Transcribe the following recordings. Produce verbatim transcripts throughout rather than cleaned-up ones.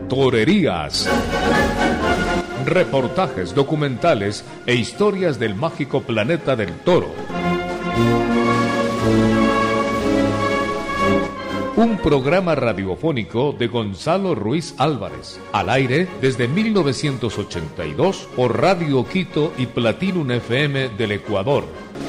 Torerías. Reportajes, documentales e historias del mágico planeta del toro. Un programa radiofónico de Gonzalo Ruiz Álvarez, al aire desde mil novecientos ochenta y dos por Radio Quito y Platinum F M del Ecuador.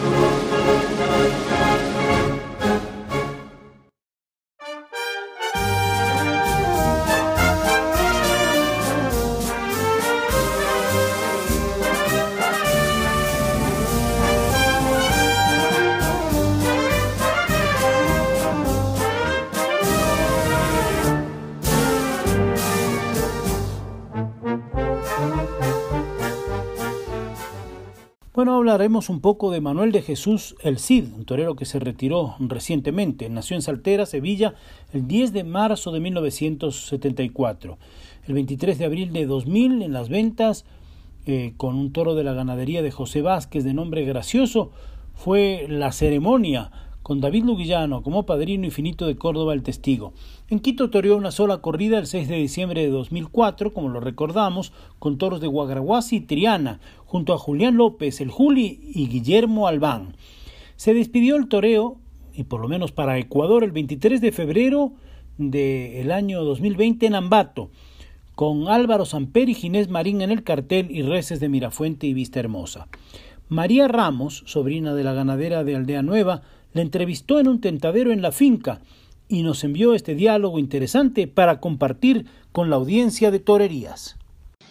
Bueno, hablaremos un poco de Manuel de Jesús El Cid, un torero que se retiró recientemente. Nació en Saltera, Sevilla, el diez de marzo de mil novecientos setenta y cuatro. El veintitrés de abril de dos mil, en Las Ventas, eh, con un toro de la ganadería de José Vázquez de nombre Gracioso, fue la ceremonia con David Luguillano como padrino y Finito de Córdoba el testigo. En Quito toreó una sola corrida el seis de diciembre de dos mil cuatro, como lo recordamos, con toros de Guagrahuasi y Triana, junto a Julián López, el Juli y Guillermo Albán. Se despidió el toreo, y por lo menos para Ecuador, el veintitrés de febrero del año dos mil veinte en Ambato, con Álvaro Samper y Ginés Marín en el cartel y reces de Mirafuente y Vista Hermosa. María Ramos, sobrina de la ganadera de Aldea Nueva, le entrevistó en un tentadero en la finca y nos envió este diálogo interesante para compartir con la audiencia de Torerías.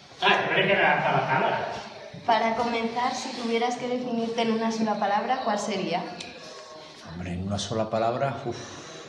Para comenzar, si tuvieras que definirte en una sola palabra, ¿cuál sería? Hombre, en una sola palabra, uff.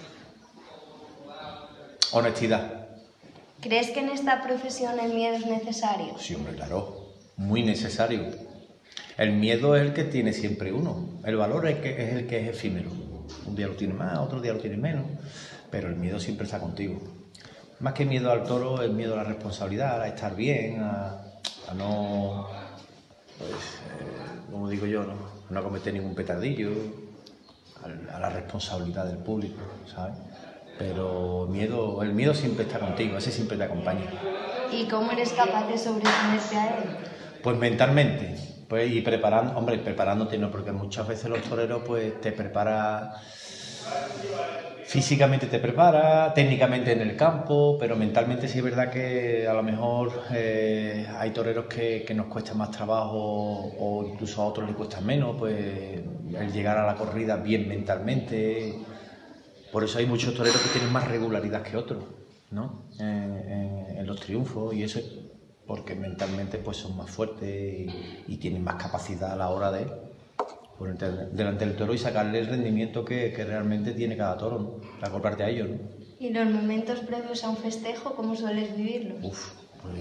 Honestidad. ¿Crees que en esta profesión el miedo es necesario? Sí, hombre, claro, muy necesario. El miedo es el que tiene siempre uno, el valor es, que, es el que es efímero. Un día lo tiene más, otro día lo tiene menos, pero el miedo siempre está contigo. Más que miedo al toro, es miedo a la responsabilidad, a estar bien, a, a no, pues, eh, como digo yo, no, a no cometer ningún petardillo, a, a la responsabilidad del público, ¿sabes? Pero miedo, el miedo siempre está contigo, ese siempre te acompaña. ¿Y cómo eres capaz de sobreponerte a él? Pues mentalmente. Pues y preparando, hombre, preparándote, no, porque muchas veces los toreros pues te prepara, físicamente te prepara, técnicamente en el campo, pero mentalmente sí es verdad que a lo mejor eh, hay toreros que, que nos cuesta más trabajo o incluso a otros les cuesta menos, pues el llegar a la corrida bien mentalmente. Por eso hay muchos toreros que tienen más regularidad que otros, ¿no? En, en, en los triunfos y eso. Porque mentalmente pues son más fuertes y, y tienen más capacidad a la hora de ponerte delante del toro y sacarle el rendimiento que, que realmente tiene cada toro, ¿no? Acoplarte a ellos, ¿no? ¿Y los momentos previos a un festejo, cómo sueles vivirlos? Uf, pues...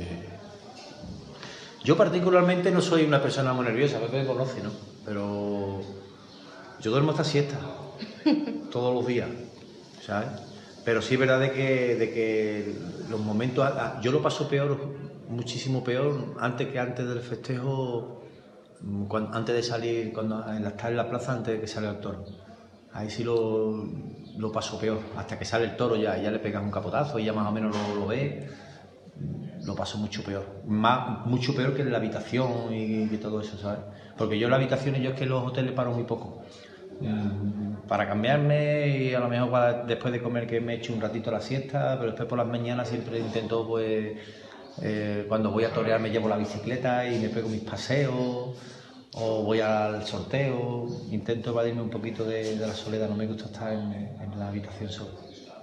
Yo particularmente no soy una persona muy nerviosa, porque me conoce, ¿no? Pero yo duermo hasta siesta, todos los días, ¿sabes? Pero sí es verdad de que, de que los momentos... Yo lo paso peor... muchísimo peor antes que antes del festejo, cuando, antes de salir, cuando en la, estar en la plaza antes de que salga el toro. Ahí sí lo, lo paso peor, hasta que sale el toro ya, ya le pegas un capotazo y ya más o menos lo, lo ves, lo paso mucho peor, más, mucho peor que en la habitación y, y todo eso, ¿sabes? Porque yo en la habitación yo es que en los hoteles paro muy poco, para cambiarme y a lo mejor para, después de comer que me echo un ratito a la siesta, pero después por las mañanas siempre intento pues... Eh, cuando voy a torear me llevo la bicicleta y me pego mis paseos o voy al sorteo, intento evadirme un poquito de, de la soledad, no me gusta estar en, en la habitación solo.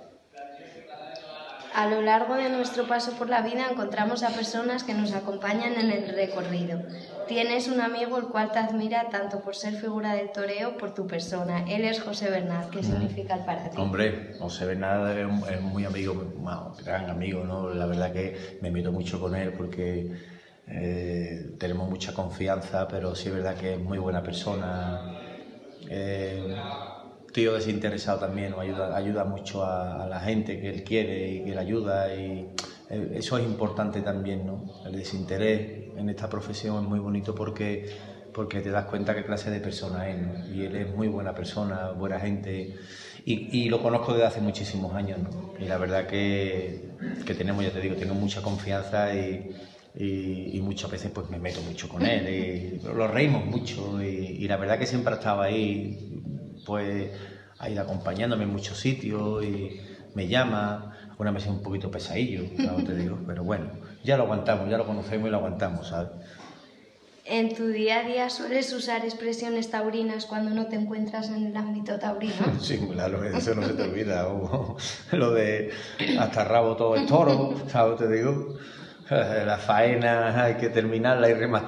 A lo largo de nuestro paso por la vida encontramos a personas que nos acompañan en el recorrido. Tienes un amigo el cual te admira tanto por ser figura del toreo, por tu persona. Él es José Bernat. ¿Qué significa el para ti? Hombre, José Bernat es un, es un muy amigo, un gran amigo, ¿no? La verdad que me meto mucho con él porque eh, tenemos mucha confianza, pero sí es verdad que es muy buena persona. Eh, tío desinteresado también, ¿no? ayuda, ayuda mucho a, a la gente que él quiere y que le ayuda y eso es importante también, ¿no? El desinterés en esta profesión es muy bonito porque, porque te das cuenta qué clase de persona es, ¿no? Y él es muy buena persona, buena gente y, y lo conozco desde hace muchísimos años, ¿no? Y la verdad que, que tenemos, ya te digo, tengo mucha confianza y, y, y muchas veces pues me meto mucho con él y lo reímos mucho y, y la verdad que siempre ha estado ahí, pues ha ido acompañándome en muchos sitios y me llama, algunas veces un poquito pesadillo, claro, te digo, pero bueno, ya lo aguantamos, ya lo conocemos y lo aguantamos, ¿sabes? ¿En tu día a día sueles usar expresiones taurinas cuando no te encuentras en el ámbito taurino? Sí, claro, eso no se te olvida. O lo de hasta rabo todo es toro, ¿sabes? Te digo, la faena hay que terminarla y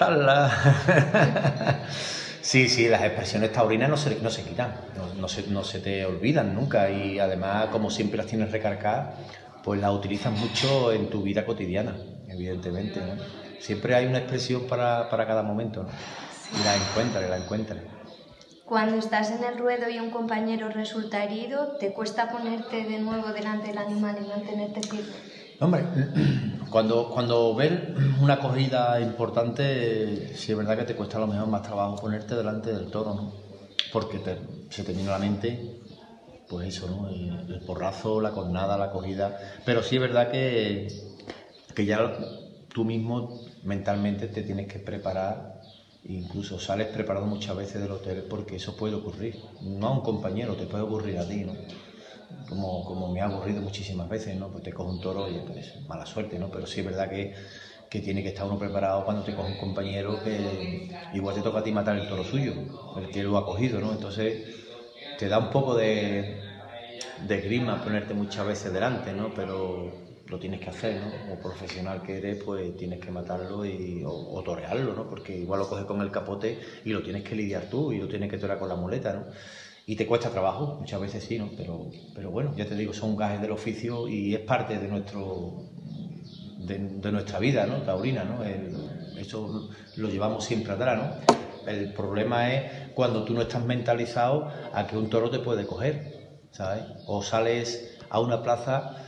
rematarla. Sí, sí, las expresiones taurinas no se, no se quitan, no, no, se, no se te olvidan nunca y además, como siempre las tienes recargadas, pues las utilizas mucho en tu vida cotidiana, evidentemente, ¿no? Siempre hay una expresión para, para cada momento, ¿no? Y la encuentras, la encuentras. Cuando estás en el ruedo y un compañero resulta herido, ¿te cuesta ponerte de nuevo delante del animal y mantenerte firme? Hombre, cuando, cuando ves una corrida importante, sí es verdad que te cuesta a lo mejor más trabajo ponerte delante del toro, ¿no? Porque te, se te viene a la mente, pues eso, ¿no? El, el porrazo, la cornada, la corrida. Pero sí es verdad que, que ya tú mismo mentalmente te tienes que preparar, incluso sales preparado muchas veces del hotel porque eso puede ocurrir, no a un compañero, te puede ocurrir a ti, ¿no? Como, como me ha ocurrido muchísimas veces, ¿no? Pues te coge un toro y pues mala suerte, ¿no? Pero sí es verdad que, que tiene que estar uno preparado cuando te coge un compañero que igual te toca a ti matar el toro suyo, el que lo ha cogido, ¿no? Entonces te da un poco de, de grima ponerte muchas veces delante, ¿no? Pero lo tienes que hacer, ¿no? Como profesional que eres, pues tienes que matarlo y, o, o torearlo, ¿no? Porque igual lo coges con el capote y lo tienes que lidiar tú y lo tienes que torear con la muleta, ¿no? Y te cuesta trabajo, muchas veces sí, ¿no? Pero, pero bueno, ya te digo, son gajes del oficio y es parte de nuestro de, de nuestra vida, ¿no? Taurina, ¿no? El, eso lo llevamos siempre atrás, ¿no? El problema es cuando tú no estás mentalizado a que un toro te puede coger, ¿sabes? O sales a una plaza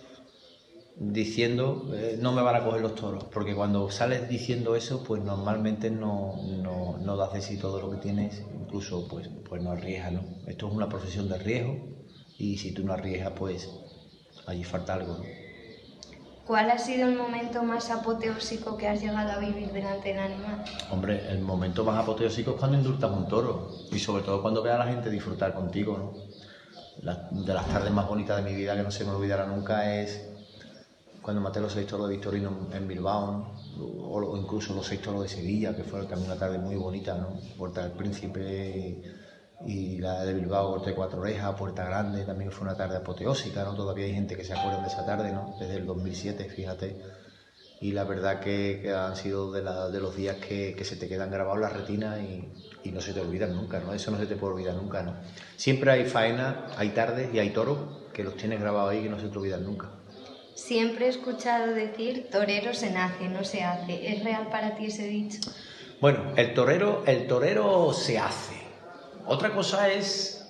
diciendo eh, no me van a coger los toros, porque cuando sales diciendo eso, pues normalmente no, no, no das de sí todo lo que tienes, incluso pues, pues no arriesgas, ¿no? Esto es una profesión de riesgo y si tú no arriesgas, pues allí falta algo, ¿no? ¿Cuál ha sido el momento más apoteósico que has llegado a vivir delante del animal? Hombre, el momento más apoteósico es cuando indultas un toro y sobre todo cuando ves a la gente disfrutar contigo, ¿no? La, de las tardes más bonitas de mi vida que no se me olvidará nunca es cuando maté los seis toros de Victorino en Bilbao, ¿no? o, o incluso los seis toros de Sevilla, que fue también una tarde muy bonita, ¿no? Puerta del Príncipe y la de Bilbao, Corte de Cuatro Orejas, Puerta Grande, también fue una tarde apoteósica, ¿no? Todavía hay gente que se acuerda de esa tarde, ¿no? Desde el dos mil siete, fíjate. Y la verdad que, que han sido de, la, de los días que, que se te quedan grabados en la retina y, y no se te olvidan nunca, ¿no? Eso no se te puede olvidar nunca, ¿no? Siempre hay faena, hay tardes y hay toros que los tienes grabados ahí y que no se te olvidan nunca. Siempre he escuchado decir torero se nace, no se hace. ¿Es real para ti ese dicho? Bueno, el torero, el torero se hace. Otra cosa es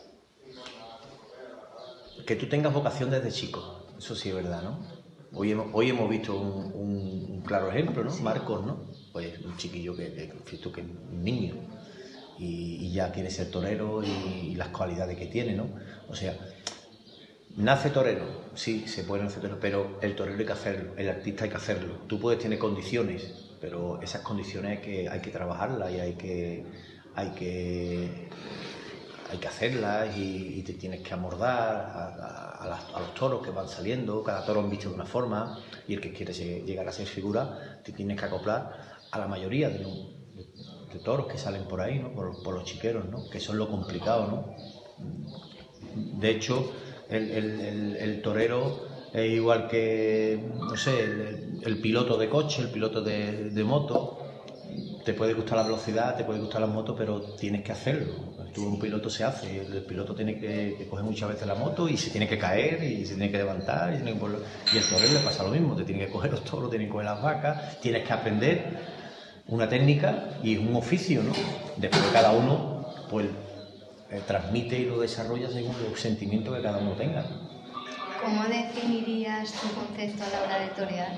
que tú tengas vocación desde chico. Eso sí es verdad, ¿no? Hoy hemos, hoy hemos visto un, un, un claro ejemplo, ¿no? Marcos, ¿no? Pues un chiquillo que, que, que, que es un niño y, y ya quiere ser torero y, y las cualidades que tiene, ¿no? O sea, ¿nace torero? Sí, se puede nacer torero, pero el torero hay que hacerlo, el artista hay que hacerlo. Tú puedes tener condiciones, pero esas condiciones hay que, hay que trabajarlas y hay que, hay que, hay que hacerlas y, y te tienes que amordar a, a, a, las, a los toros que van saliendo. Cada toro viste de una forma y el que quiere llegar a ser figura te tienes que acoplar a la mayoría de, los, de, de toros que salen por ahí, ¿no? Por, por los chiqueros, ¿no? Que eso es lo complicado, ¿no? De hecho, El, el, el, el torero es igual que, no sé, el, el piloto de coche, el piloto de, de moto. Te puede gustar la velocidad, te puede gustar la moto, pero tienes que hacerlo. Tú, un piloto se hace, el, el piloto tiene que, que coger muchas veces la moto y se tiene que caer y se tiene que levantar. Y, tiene que, y el torero le pasa lo mismo, te tiene que coger los toros, tiene que coger las vacas, tienes que aprender una técnica y un oficio, ¿no? Después cada uno, pues, Eh, transmite y lo desarrolla según los sentimientos que cada uno tenga. ¿Cómo definirías tu concepto a la hora de torear?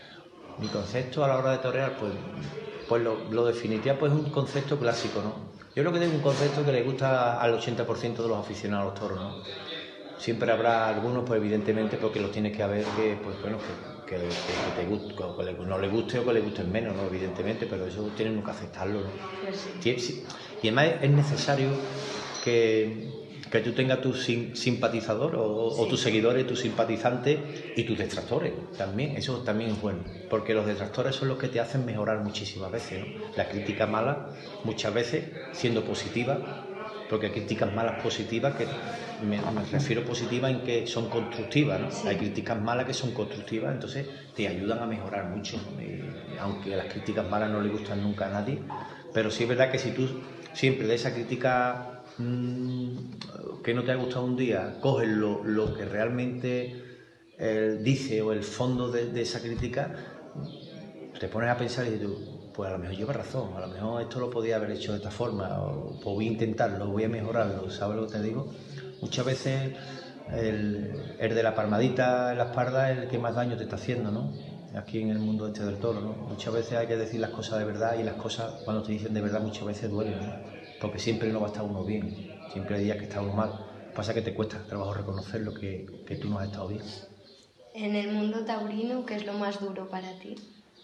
Mi concepto a la hora de torear, pues, pues lo, lo definiría pues un concepto clásico, ¿no? Yo creo que tengo un concepto que le gusta al ochenta por ciento de los aficionados a los toros, ¿no? Siempre habrá algunos, pues evidentemente, porque los tienes que haber que, pues bueno, que, que, que te guste, que no le guste o que le gusten menos, ¿no? Evidentemente, pero eso tienen que aceptarlo, ¿no? Pues sí. Y además es necesario que, que tú tengas tus simpatizadores o, sí. o tus seguidores, tus simpatizantes y tus detractores también. Eso también es bueno, porque los detractores son los que te hacen mejorar muchísimas veces, ¿no? La crítica mala, muchas veces, siendo positiva, porque hay críticas malas positivas, que me, me refiero positivas en que son constructivas, ¿no? Sí. Hay críticas malas que son constructivas, entonces te ayudan a mejorar mucho, ¿no? Y, aunque las críticas malas no le gustan nunca a nadie, pero sí es verdad que si tú siempre de esa crítica mmm, que no te ha gustado un día, coges lo, lo que realmente eh, dice o el fondo de, de esa crítica, te pones a pensar y dices, pues a lo mejor lleva razón, a lo mejor esto lo podía haber hecho de esta forma, o pues voy a intentarlo, voy a mejorarlo, ¿sabes lo que te digo? Muchas veces el, el de la palmadita en la espalda es el que más daño te está haciendo, ¿no? Aquí en el mundo este del toro, ¿no? Muchas veces hay que decir las cosas de verdad, y las cosas cuando te dicen de verdad muchas veces duelen, ¿no? Porque siempre no va a estar uno bien, siempre hay días que está uno mal. Pasa que te cuesta trabajo reconocer lo que, que tú no has estado bien. En el mundo taurino, ¿qué es lo más duro para ti?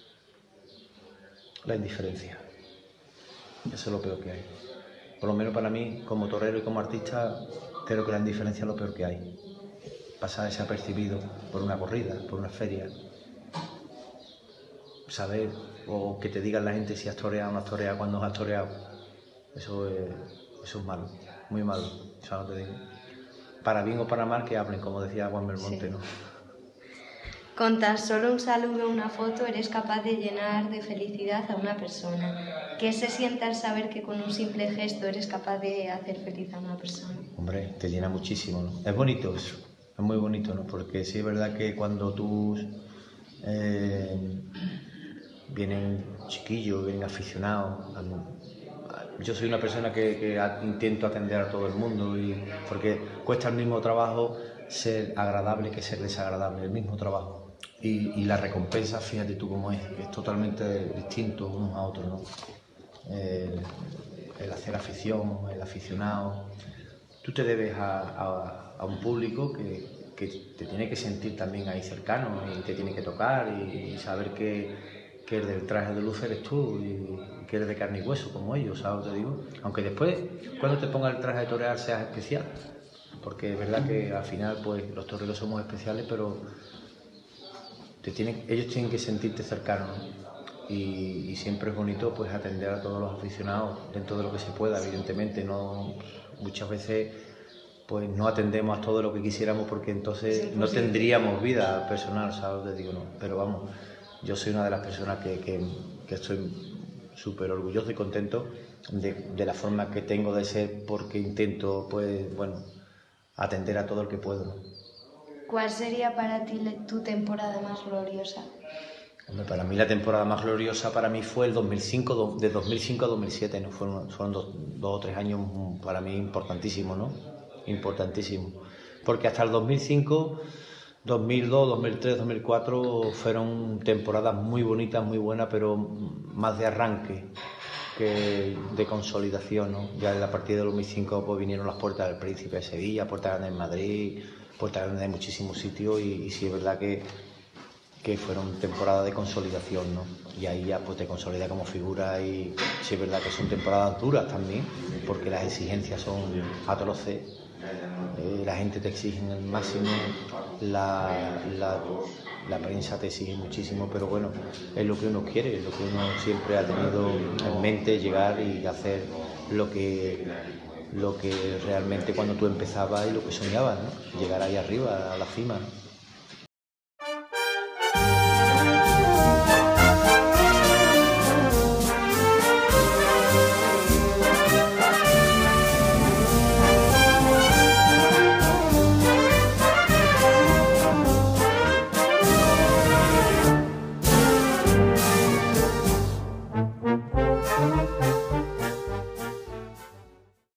La indiferencia. Eso es lo peor que hay. Por lo menos para mí, como torero y como artista, creo que la indiferencia es lo peor que hay. Pasar desapercibido por una corrida, por una feria. Saber o que te digan la gente si has toreado o no has toreado, cuando has toreado. Eso es, eso es malo, muy malo. Eso no te digo. Para bien o para mal que hablen, como decía Juan Belmonte, sí. ¿No? Con tan solo un saludo o una foto eres capaz de llenar de felicidad a una persona. ¿Qué se siente al saber que con un simple gesto eres capaz de hacer feliz a una persona? Hombre, te llena muchísimo, ¿no? Es bonito eso, es muy bonito, ¿no? Porque sí es verdad que cuando tú eh, vienen chiquillos, vienen aficionados, yo soy una persona que, que intento atender a todo el mundo, y porque cuesta el mismo trabajo ser agradable que ser desagradable, el mismo trabajo. Y, y la recompensa, fíjate tú cómo es, es totalmente distinto unos a otros, ¿no? El, el hacer afición, el aficionado. Tú te debes a, a, a un público que, que te tiene que sentir también ahí cercano, y te tiene que tocar y, y saber que, que el del traje de luz eres tú, y que eres de carne y hueso como ellos, ¿sabes lo que te digo? Aunque después, cuando te pongas el traje de torear, seas especial, porque es verdad que al final pues los toreros somos especiales, pero te tienen, ellos tienen que sentirte cercano, ¿no? Y, y siempre es bonito pues atender a todos los aficionados dentro de lo que se pueda, evidentemente. No, muchas veces pues no atendemos a todo lo que quisiéramos, porque entonces sí, no tendríamos vida personal, ¿sabes? Te digo, no. Pero vamos, yo soy una de las personas que, que, que estoy súper orgulloso y contento de, de la forma que tengo de ser, porque intento pues bueno atender a todo el que puedo, ¿no? ¿Cuál sería para ti tu temporada más gloriosa? Hombre, para mí la temporada más gloriosa para mí fue el dos mil cinco, de dos mil cinco a dos mil siete, ¿no? Fueron, fueron dos, dos o tres años para mí importantísimos, ¿no? Importantísimos. Porque hasta el dos mil cinco, dos mil dos, dos mil tres, dos mil cuatro fueron temporadas muy bonitas, muy buenas, pero más de arranque que de consolidación, ¿no? Ya a partir del dos mil cinco pues vinieron las Puertas del Príncipe de Sevilla, Puertas Grandes de Madrid, Puertas Grandes de muchísimos sitios, y, y sí es verdad que que fueron temporadas de consolidación, ¿no? Y ahí ya pues te consolida como figura, y sí es verdad que son temporadas duras también, porque las exigencias son atroces, eh, la gente te exige el máximo, la, la, la prensa te exige muchísimo, pero bueno, es lo que uno quiere, es lo que uno siempre ha tenido en mente, llegar y hacer lo que, lo que realmente cuando tú empezabas y lo que soñabas, ¿no? Llegar ahí arriba, a la cima, ¿no?